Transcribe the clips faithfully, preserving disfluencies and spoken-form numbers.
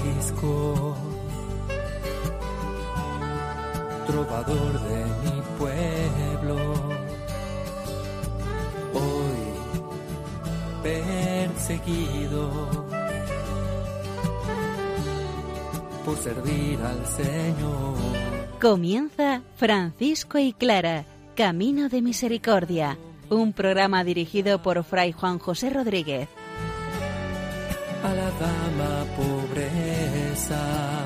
Francisco, trovador de mi pueblo, hoy perseguido por servir al Señor. Comienza Francisco y Clara, Camino de Misericordia, un programa dirigido por Fray Juan José Rodríguez. A la dama pobreza,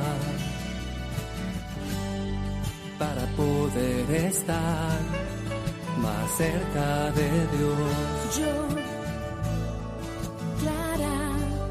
para poder estar más cerca de Dios. Yo, Clara.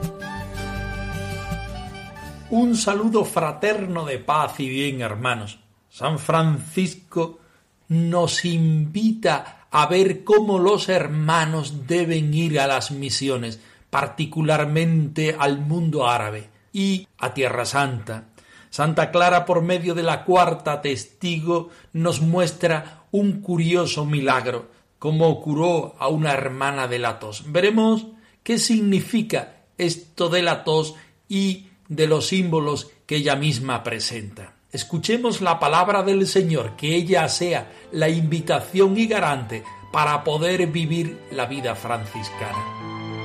Un saludo fraterno de paz y bien, hermanos. San Francisco nos invita a ver cómo los hermanos deben ir a las misiones, particularmente al mundo árabe y a Tierra Santa. Santa Clara, por medio de la cuarta testigo, nos muestra un curioso milagro, como curó a una hermana de la tos. Veremos qué significa esto de la tos y de los símbolos que ella misma presenta. Escuchemos la palabra del Señor, que ella sea la invitación y garante para poder vivir la vida franciscana.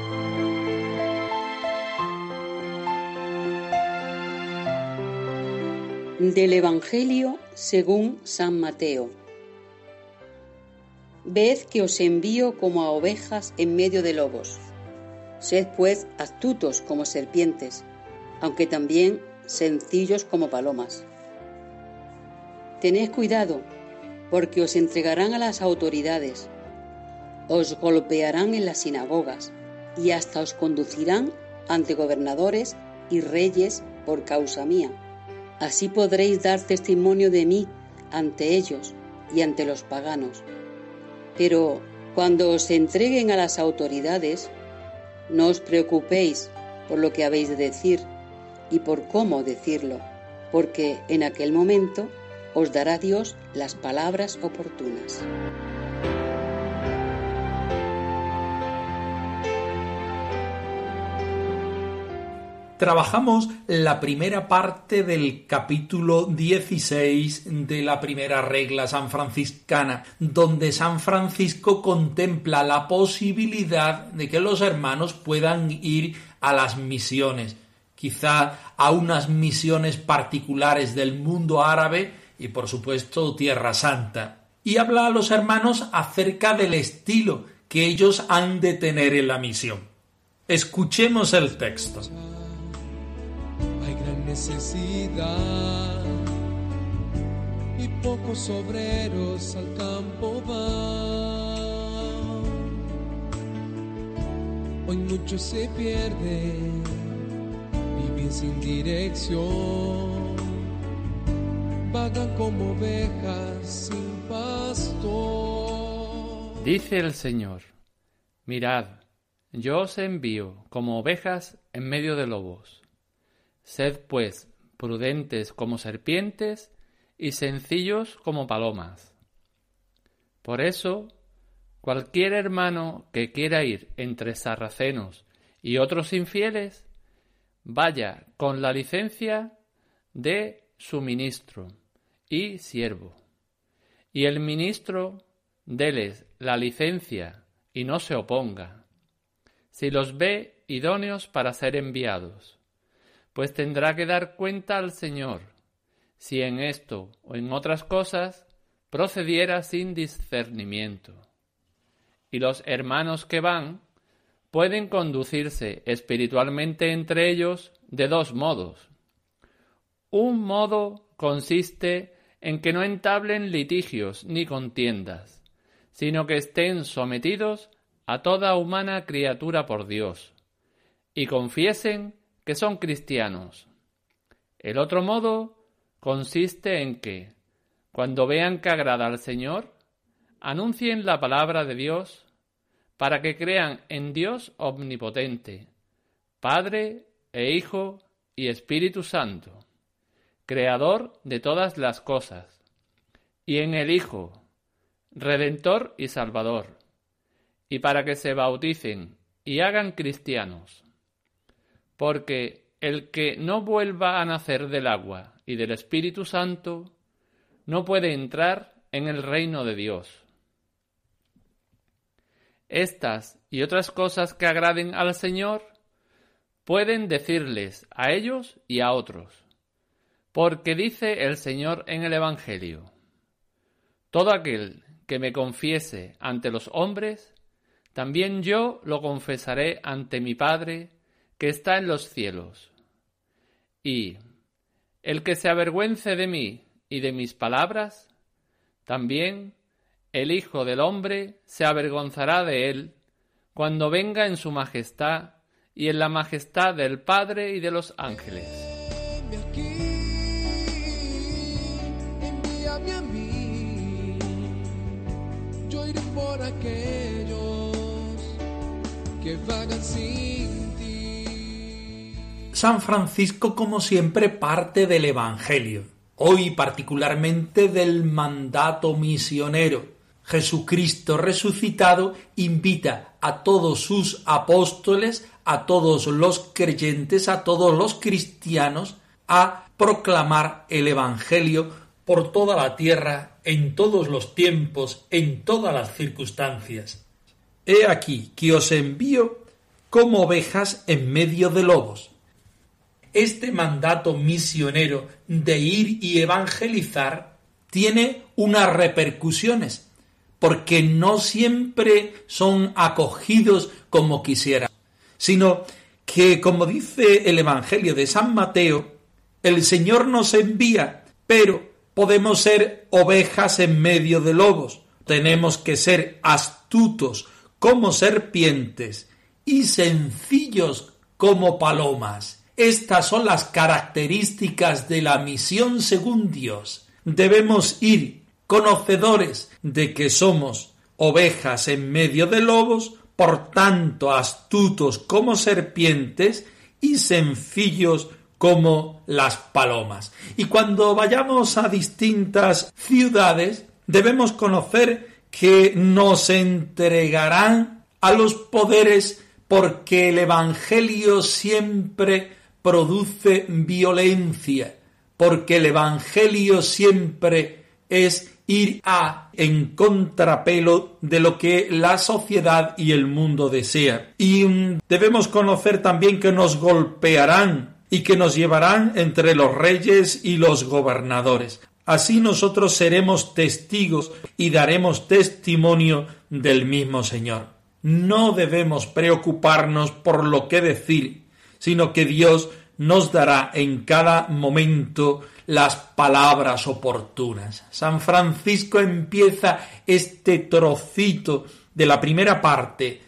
Del Evangelio según San Mateo. Ved que os envío como a ovejas en medio de lobos. Sed pues astutos como serpientes, aunque también sencillos como palomas. Tened cuidado, porque os entregarán a las autoridades, os golpearán en las sinagogas y hasta os conducirán ante gobernadores y reyes por causa mía. Así podréis dar testimonio de mí ante ellos y ante los paganos. Pero cuando os entreguen a las autoridades, no os preocupéis por lo que habéis de decir y por cómo decirlo, porque en aquel momento os dará Dios las palabras oportunas. Trabajamos la primera parte del capítulo dieciséis de la primera regla sanfranciscana, donde San Francisco contempla la posibilidad de que los hermanos puedan ir a las misiones, quizá a unas misiones particulares del mundo árabe y por supuesto Tierra Santa, y habla a los hermanos acerca del estilo que ellos han de tener en la misión. Escuchemos el texto. Hay gran necesidad y pocos obreros al campo van. Hoy muchos se pierden, viven sin dirección, vagan como ovejas sin pastor. Dice el Señor: mirad, yo os envío como ovejas en medio de lobos. Sed pues prudentes como serpientes y sencillos como palomas. Por eso, cualquier hermano que quiera ir entre sarracenos y otros infieles, vaya con la licencia de su ministro y siervo, y el ministro déles la licencia y no se oponga, si los ve idóneos para ser enviados, pues tendrá que dar cuenta al Señor, si en esto o en otras cosas procediera sin discernimiento. Y los hermanos que van pueden conducirse espiritualmente entre ellos de dos modos. Un modo consiste en que no entablen litigios ni contiendas, sino que estén sometidos a toda humana criatura por Dios, y confiesen que son cristianos. El otro modo consiste en que, cuando vean que agrada al Señor, anuncien la palabra de Dios para que crean en Dios omnipotente, Padre e Hijo y Espíritu Santo, Creador de todas las cosas, y en el Hijo, Redentor y Salvador, y para que se bauticen y hagan cristianos, porque el que no vuelva a nacer del agua y del Espíritu Santo no puede entrar en el reino de Dios. Estas y otras cosas que agraden al Señor pueden decirles a ellos y a otros, porque dice el Señor en el Evangelio: todo aquel que me confiese ante los hombres, también yo lo confesaré ante mi Padre que está en los cielos. Y el que se avergüence de mí y de mis palabras, también el Hijo del Hombre se avergonzará de él cuando venga en su majestad y en la majestad del Padre y de los ángeles. Aquí, envíame a mí, yo iré por aquellos que vagan sin ti. San Francisco, como siempre, parte del Evangelio, hoy particularmente del mandato misionero. Jesucristo resucitado invita a todos sus apóstoles, a todos los creyentes, a todos los cristianos a proclamar el Evangelio por toda la tierra, en todos los tiempos, en todas las circunstancias. He aquí que os envío como ovejas en medio de lobos. Este mandato misionero de ir y evangelizar tiene unas repercusiones, porque no siempre son acogidos como quisieran, sino que, como dice el Evangelio de San Mateo, el Señor nos envía, pero podemos ser ovejas en medio de lobos. Tenemos que ser astutos como serpientes y sencillos como palomas. Estas son las características de la misión según Dios. Debemos ir conocedores de que somos ovejas en medio de lobos, por tanto astutos como serpientes y sencillos como las palomas. Y cuando vayamos a distintas ciudades, debemos conocer que nos entregarán a los poderes, porque el Evangelio siempre produce violencia, porque el Evangelio siempre es ir a en contrapelo de lo que la sociedad y el mundo desea. Y um, debemos conocer también que nos golpearán y que nos llevarán entre los reyes y los gobernadores. Así nosotros seremos testigos y daremos testimonio del mismo Señor. No debemos preocuparnos por lo que decir, sino que Dios nos dará en cada momento las palabras oportunas. San Francisco empieza este trocito de la primera parte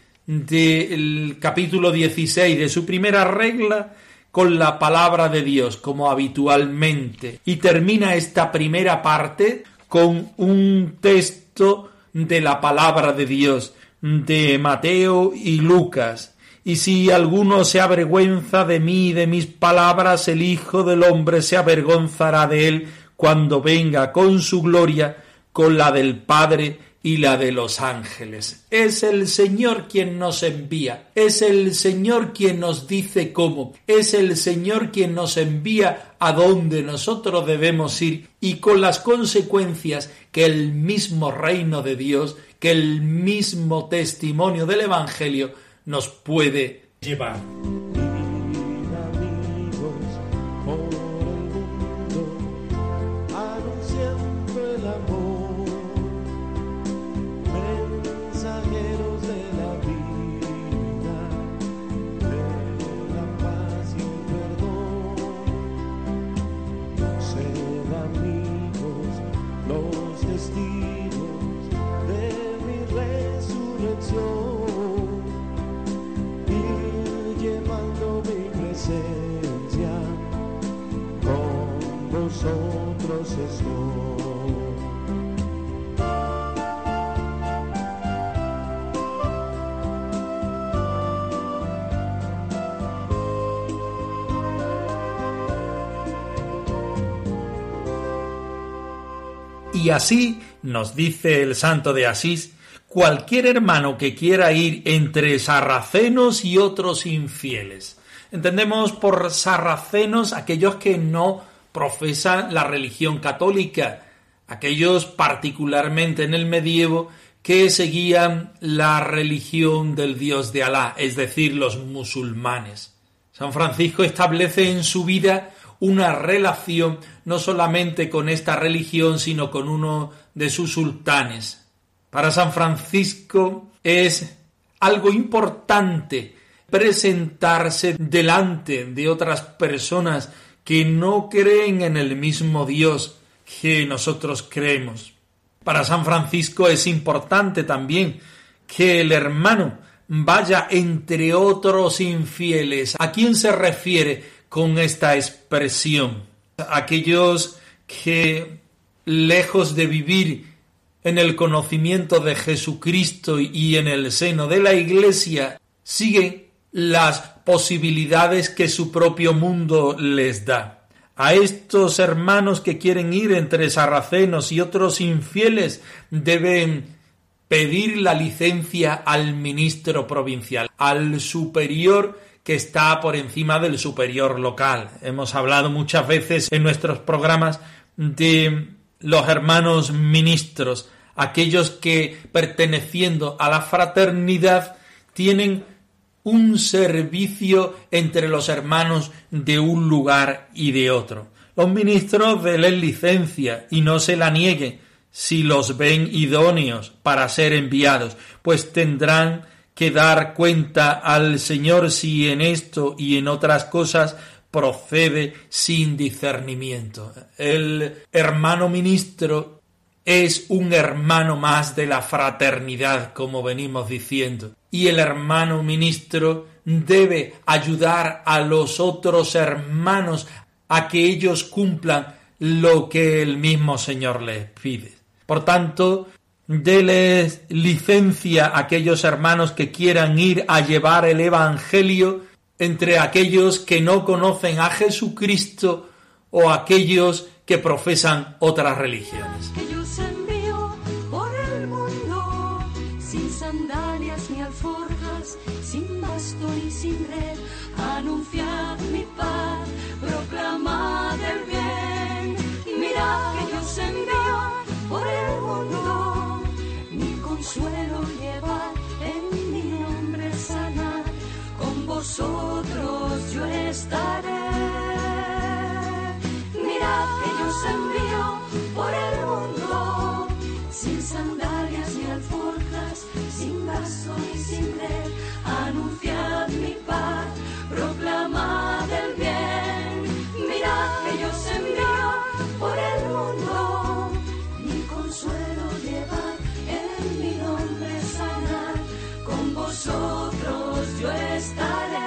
del capítulo dieciséis de su primera regla con la palabra de Dios, como habitualmente, y termina esta primera parte con un texto de la palabra de Dios de Mateo y Lucas. Y si alguno se avergüenza de mí y de mis palabras, el Hijo del Hombre se avergonzará de él cuando venga con su gloria, con la del Padre y la de los ángeles. Es el Señor quien nos envía, es el Señor quien nos dice cómo, es el Señor quien nos envía a dónde nosotros debemos ir, y con las consecuencias que el mismo reino de Dios, que el mismo testimonio del Evangelio nos puede llevar. Y así nos dice el santo de Asís: cualquier hermano que quiera ir entre sarracenos y otros infieles, Entendemos por sarracenos aquellos que no profesan la religión católica, aquellos particularmente en el medievo que seguían la religión del Dios de Alá, es decir, los musulmanes. San Francisco establece en su vida una relación no solamente con esta religión, sino con uno de sus sultanes. Para San Francisco es algo importante presentarse delante de otras personas que no creen en el mismo Dios que nosotros creemos. Para San Francisco es importante también que el hermano vaya entre otros infieles. ¿A quién se refiere con esta expresión? Aquellos que, lejos de vivir en el conocimiento de Jesucristo y en el seno de la Iglesia, siguen las posibilidades que su propio mundo les da. A estos hermanos que quieren ir entre sarracenos y otros infieles deben pedir la licencia al ministro provincial, al superior que está por encima del superior local. Hemos hablado muchas veces en nuestros programas de los hermanos ministros, aquellos que, perteneciendo a la fraternidad, tienen un servicio entre los hermanos de un lugar y de otro. Los ministros denles licencia y no se la nieguen si los ven idóneos para ser enviados, pues tendrán que dar cuenta al Señor si en esto y en otras cosas procede sin discernimiento. El hermano ministro es un hermano más de la fraternidad, como venimos diciendo, y el hermano ministro debe ayudar a los otros hermanos a que ellos cumplan lo que el mismo Señor les pide. Por tanto, déles licencia a aquellos hermanos que quieran ir a llevar el Evangelio entre aquellos que no conocen a Jesucristo o aquellos que profesan otras religiones. Que yo os envío por el mundo, sin sandalias ni alforjas, sin bastón y sin red, anunciad mi paz, proclamad el bien. Mirad que yo os envío por el mundo, mi consuelo llevad, en mi nombre sanad, con vosotros yo estaré. Mirad que yo os envío por el mundo, sin sandalias ni alforjas, sin bastón y sin red, anunciad mi paz, proclamad el bien. Mirad que yo os envío por el mundo, mi consuelo llevad, en mi nombre sanad, con vosotros yo estaré.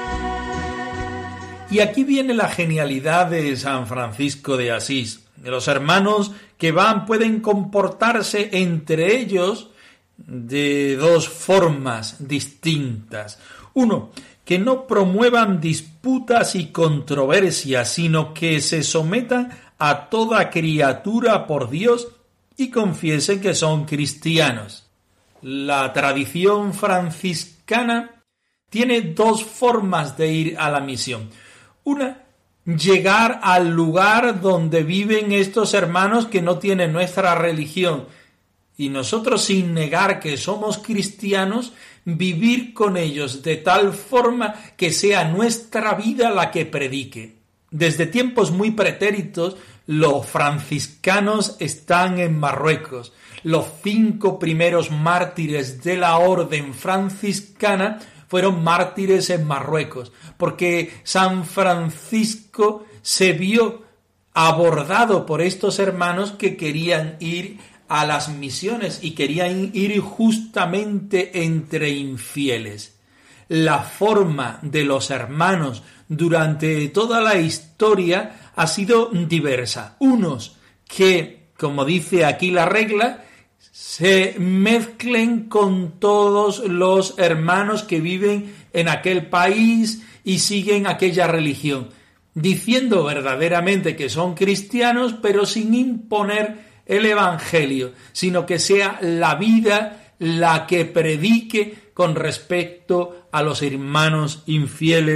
Y aquí viene la genialidad de San Francisco de Asís. Los hermanos que van pueden comportarse entre ellos de dos formas distintas. Uno, que no promuevan disputas y controversias, sino que se sometan a toda criatura por Dios y confiesen que son cristianos. La tradición franciscana tiene dos formas de ir a la misión. Una, llegar al lugar donde viven estos hermanos que no tienen nuestra religión y nosotros, sin negar que somos cristianos, vivir con ellos de tal forma que sea nuestra vida la que predique. Desde tiempos muy pretéritos, los franciscanos están en Marruecos. Los cinco primeros mártires de la orden franciscana fueron mártires en Marruecos, porque San Francisco se vio abordado por estos hermanos que querían ir a las misiones y querían ir justamente entre infieles. La forma de los hermanos durante toda la historia ha sido diversa. Unos que, como dice aquí la regla, se mezclen con todos los hermanos que viven en aquel país y siguen aquella religión, diciendo verdaderamente que son cristianos, pero sin imponer el Evangelio, sino que sea la vida la que predique con respecto a los hermanos infieles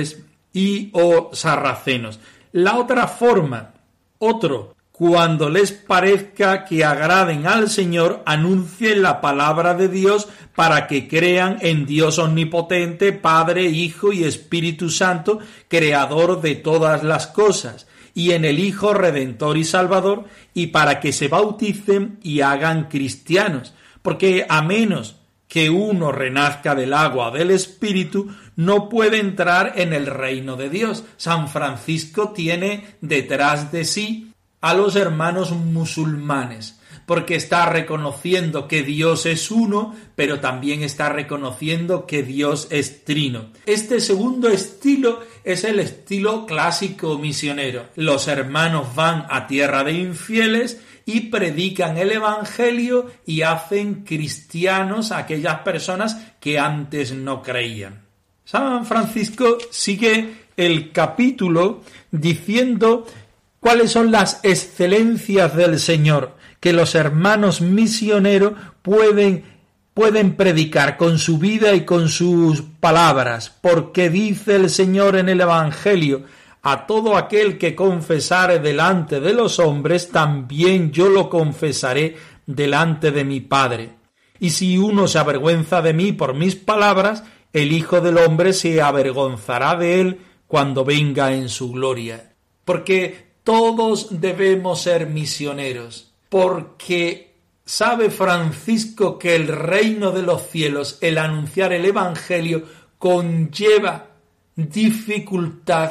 y o sarracenos. La otra forma, otro, cuando les parezca que agraden al Señor, anuncien la palabra de Dios para que crean en Dios omnipotente, Padre, Hijo y Espíritu Santo, creador de todas las cosas, y en el Hijo Redentor y Salvador, y para que se bauticen y hagan cristianos, porque a menos que uno renazca del agua o del Espíritu, no puede entrar en el reino de Dios. San Francisco tiene detrás de sí a los hermanos musulmanes, porque está reconociendo que Dios es uno, pero también está reconociendo que Dios es trino. Este segundo estilo es el estilo clásico misionero. Los hermanos van a tierra de infieles y predican el Evangelio y hacen cristianos a aquellas personas que antes no creían. San Francisco sigue el capítulo diciendo cuáles son las excelencias del Señor que los hermanos misioneros pueden, pueden predicar con su vida y con sus palabras, porque dice el Señor en el Evangelio: a todo aquel que confesare delante de los hombres, también yo lo confesaré delante de mi Padre. Y si uno se avergüenza de mí por mis palabras, el Hijo del Hombre se avergonzará de él cuando venga en su gloria. Porque todos debemos ser misioneros, porque sabe Francisco que el reino de los cielos, el anunciar el Evangelio, conlleva dificultad,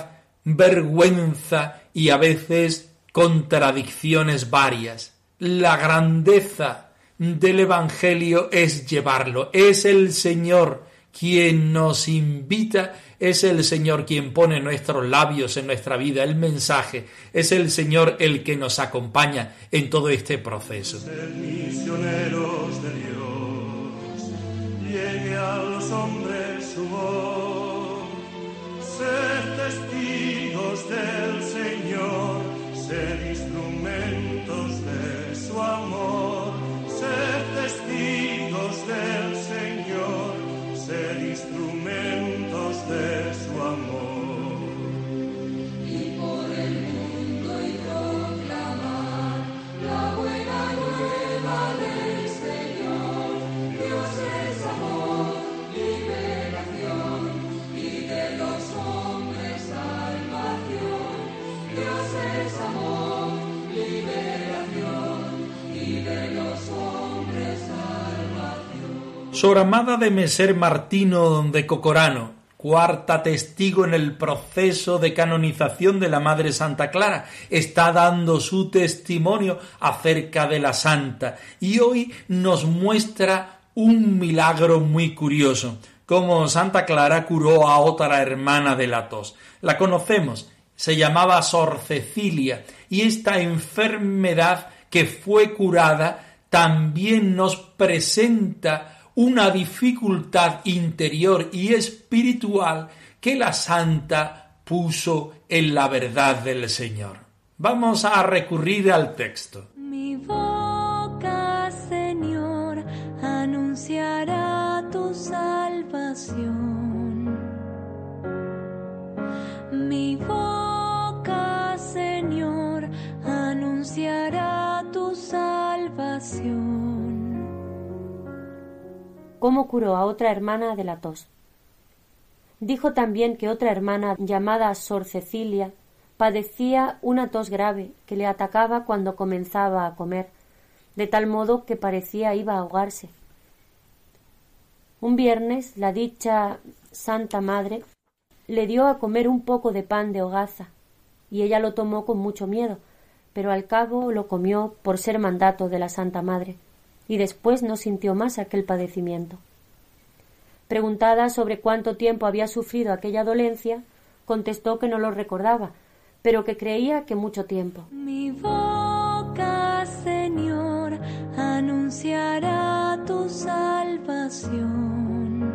vergüenza y a veces contradicciones varias. La grandeza del Evangelio es llevarlo. Es el Señor quien nos invita, es el Señor quien pone en nuestros labios, en nuestra vida, el mensaje. Es el Señor el que nos acompaña en todo este proceso. Ser misioneros de Dios, llegue a los hombres su voz, ser testigos del Señor, ser instrumentos de su amor, ser testigos del Señor, ser instrumentos de su amor. Y por el mundo y proclamar la buena nueva del Señor. Dios es amor, liberación, y de los hombres salvación. Dios es amor, liberación, y de los hombres salvación. Sor Amada de Messer Martino de Cocorano, cuarta testigo en el proceso de canonización de la Madre Santa Clara, está dando su testimonio acerca de la Santa y hoy nos muestra un milagro muy curioso, como Santa Clara curó a otra hermana de la tos. La conocemos, se llamaba Sor Cecilia, y esta enfermedad que fue curada también nos presenta una dificultad interior y espiritual que la Santa puso en la verdad del Señor. Vamos a recurrir al texto. Mi boca, Señor, anunciará tu salvación. Mi boca, Señor, anunciará tu salvación. Cómo curó a otra hermana de la tos. Dijo también que otra hermana llamada Sor Cecilia padecía una tos grave que le atacaba cuando comenzaba a comer, de tal modo que parecía iba a ahogarse. Un viernes la dicha Santa Madre le dio a comer un poco de pan de hogaza, y ella lo tomó con mucho miedo, pero al cabo lo comió por ser mandato de la Santa Madre, y después no sintió más aquel padecimiento. Preguntada sobre cuánto tiempo había sufrido aquella dolencia, contestó que no lo recordaba, pero que creía que mucho tiempo. Mi boca, Señor, anunciará tu salvación.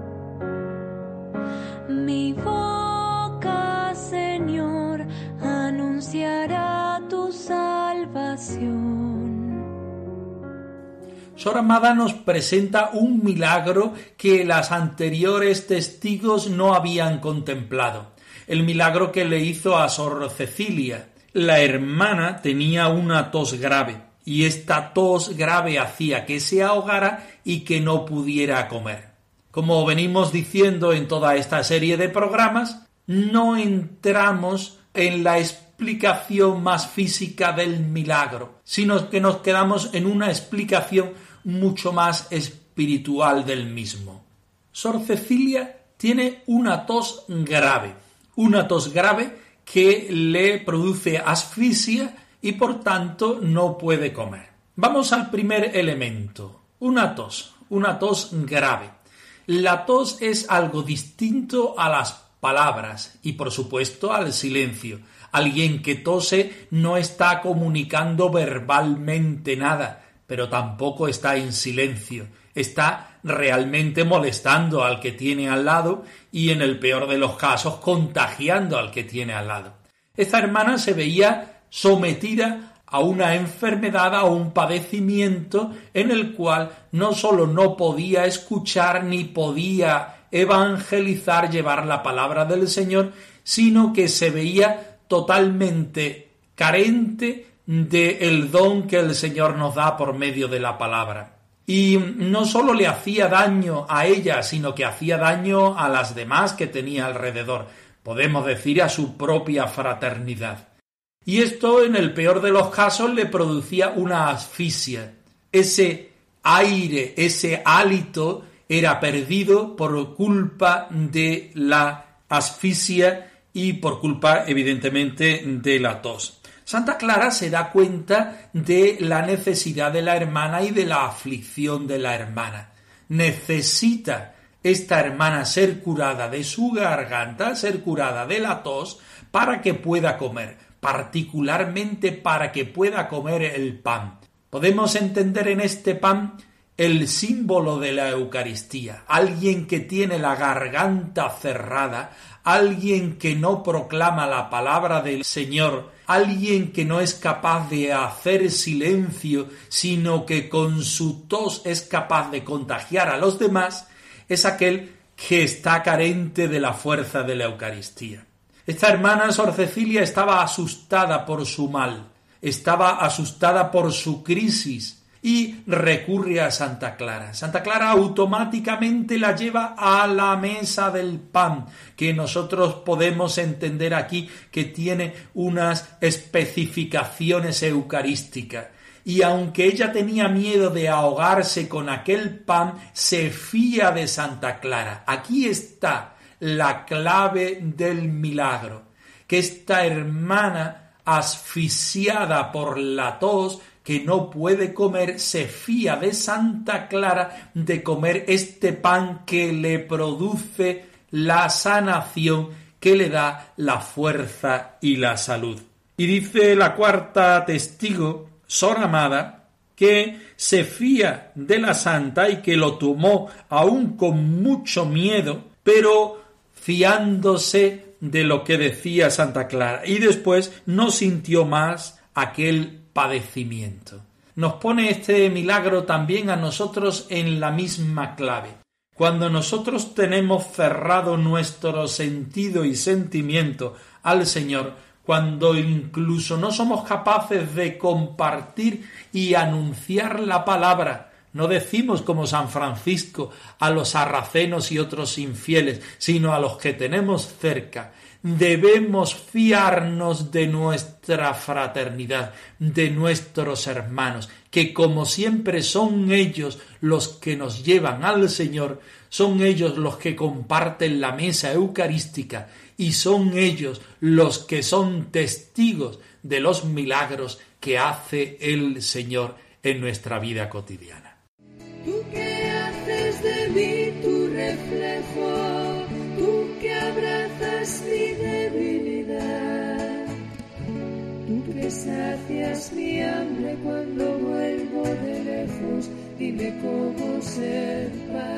Mi boca, Señor, anunciará tu salvación. Sor Amada nos presenta un milagro que las anteriores testigos no habían contemplado. el milagro que le hizo a Sor Cecilia. La hermana tenía una tos grave y esta tos grave hacía que se ahogara y que no pudiera comer. Como venimos diciendo en toda esta serie de programas, no entramos en la explicación más física del milagro, sino que nos quedamos en una explicación mucho más espiritual del mismo. Sor Cecilia tiene una tos grave, una tos grave que le produce asfixia y por tanto no puede comer. Vamos al primer elemento, una tos, una tos grave. La tos es algo distinto a las palabras y por supuesto al silencio. Alguien que tose no está comunicando verbalmente nada, pero tampoco está en silencio. Está realmente molestando al que tiene al lado y en el peor de los casos contagiando al que tiene al lado. Esta hermana se veía sometida a una enfermedad, a un padecimiento en el cual no solo no podía escuchar ni podía evangelizar, llevar la palabra del Señor, sino que se veía totalmente carente del don que el Señor nos da por medio de la palabra. Y no solo le hacía daño a ella, sino que hacía daño a las demás que tenía alrededor, podemos decir a su propia fraternidad. Y esto, en el peor de los casos, le producía una asfixia. Ese aire, ese hálito era perdido por culpa de la asfixia y por culpa, evidentemente, de la tos. Santa Clara se da cuenta de la necesidad de la hermana y de la aflicción de la hermana. Necesita esta hermana ser curada de su garganta, ser curada de la tos, para que pueda comer, particularmente para que pueda comer el pan. Podemos entender en este pan el símbolo de la Eucaristía. Alguien que tiene la garganta cerrada, alguien que no proclama la palabra del Señor, alguien que no es capaz de hacer silencio, sino que con su tos es capaz de contagiar a los demás, es aquel que está carente de la fuerza de la Eucaristía. Esta hermana Sor Cecilia estaba asustada por su mal, estaba asustada por su crisis, y recurre a Santa Clara. Santa Clara automáticamente la lleva a la mesa del pan, que nosotros podemos entender aquí que tiene unas especificaciones eucarísticas. Y aunque ella tenía miedo de ahogarse con aquel pan, se fía de Santa Clara. Aquí está la clave del milagro, que esta hermana asfixiada por la tos, que no puede comer, se fía de Santa Clara de comer este pan que le produce la sanación, que le da la fuerza y la salud. Y dice la cuarta testigo, Sor Amada, que se fía de la santa y que lo tomó aún con mucho miedo, pero fiándose de lo que decía Santa Clara. Y después no sintió más aquel padecimiento. Nos pone este milagro también a nosotros en la misma clave. Cuando nosotros tenemos cerrado nuestro sentido y sentimiento al Señor, cuando incluso no somos capaces de compartir y anunciar la palabra, no decimos como San Francisco a los sarracenos y otros infieles, sino a los que tenemos cerca. Debemos fiarnos de nuestra fraternidad, de nuestros hermanos, que como siempre son ellos los que nos llevan al Señor, son ellos los que comparten la mesa eucarística y son ellos los que son testigos de los milagros que hace el Señor en nuestra vida cotidiana. Tú que haces de mí tu reflejo, tú que abrazas mi debilidad, tú que sacias mi hambre cuando vuelvo de lejos, dime cómo ser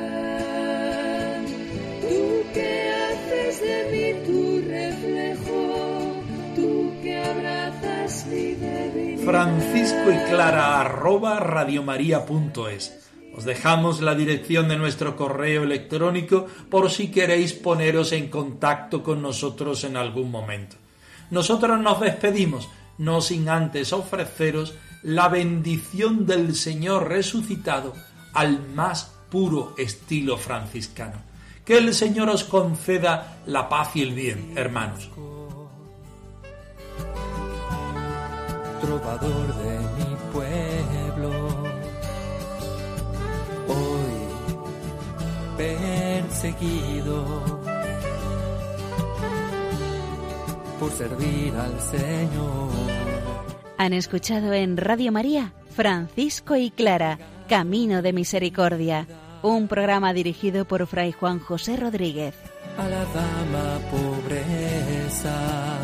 pan. Tú que haces de mí tu reflejo, tú que abrazas mi debilidad. Francisco y Clara arroba radiomaria punto es. Os dejamos la dirección de nuestro correo electrónico por si queréis poneros en contacto con nosotros en algún momento. Nosotros nos despedimos, no sin antes ofreceros la bendición del Señor resucitado al más puro estilo franciscano. Que el Señor os conceda la paz y el bien, hermanos. Trovador de mi pueblo, hoy perseguido por servir al Señor. Han escuchado en Radio María Francisco y Clara, Camino de Misericordia, un programa dirigido por Fray Juan José Rodríguez. A la dama pobreza,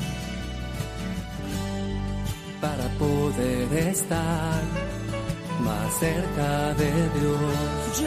para poder estar más cerca de Dios.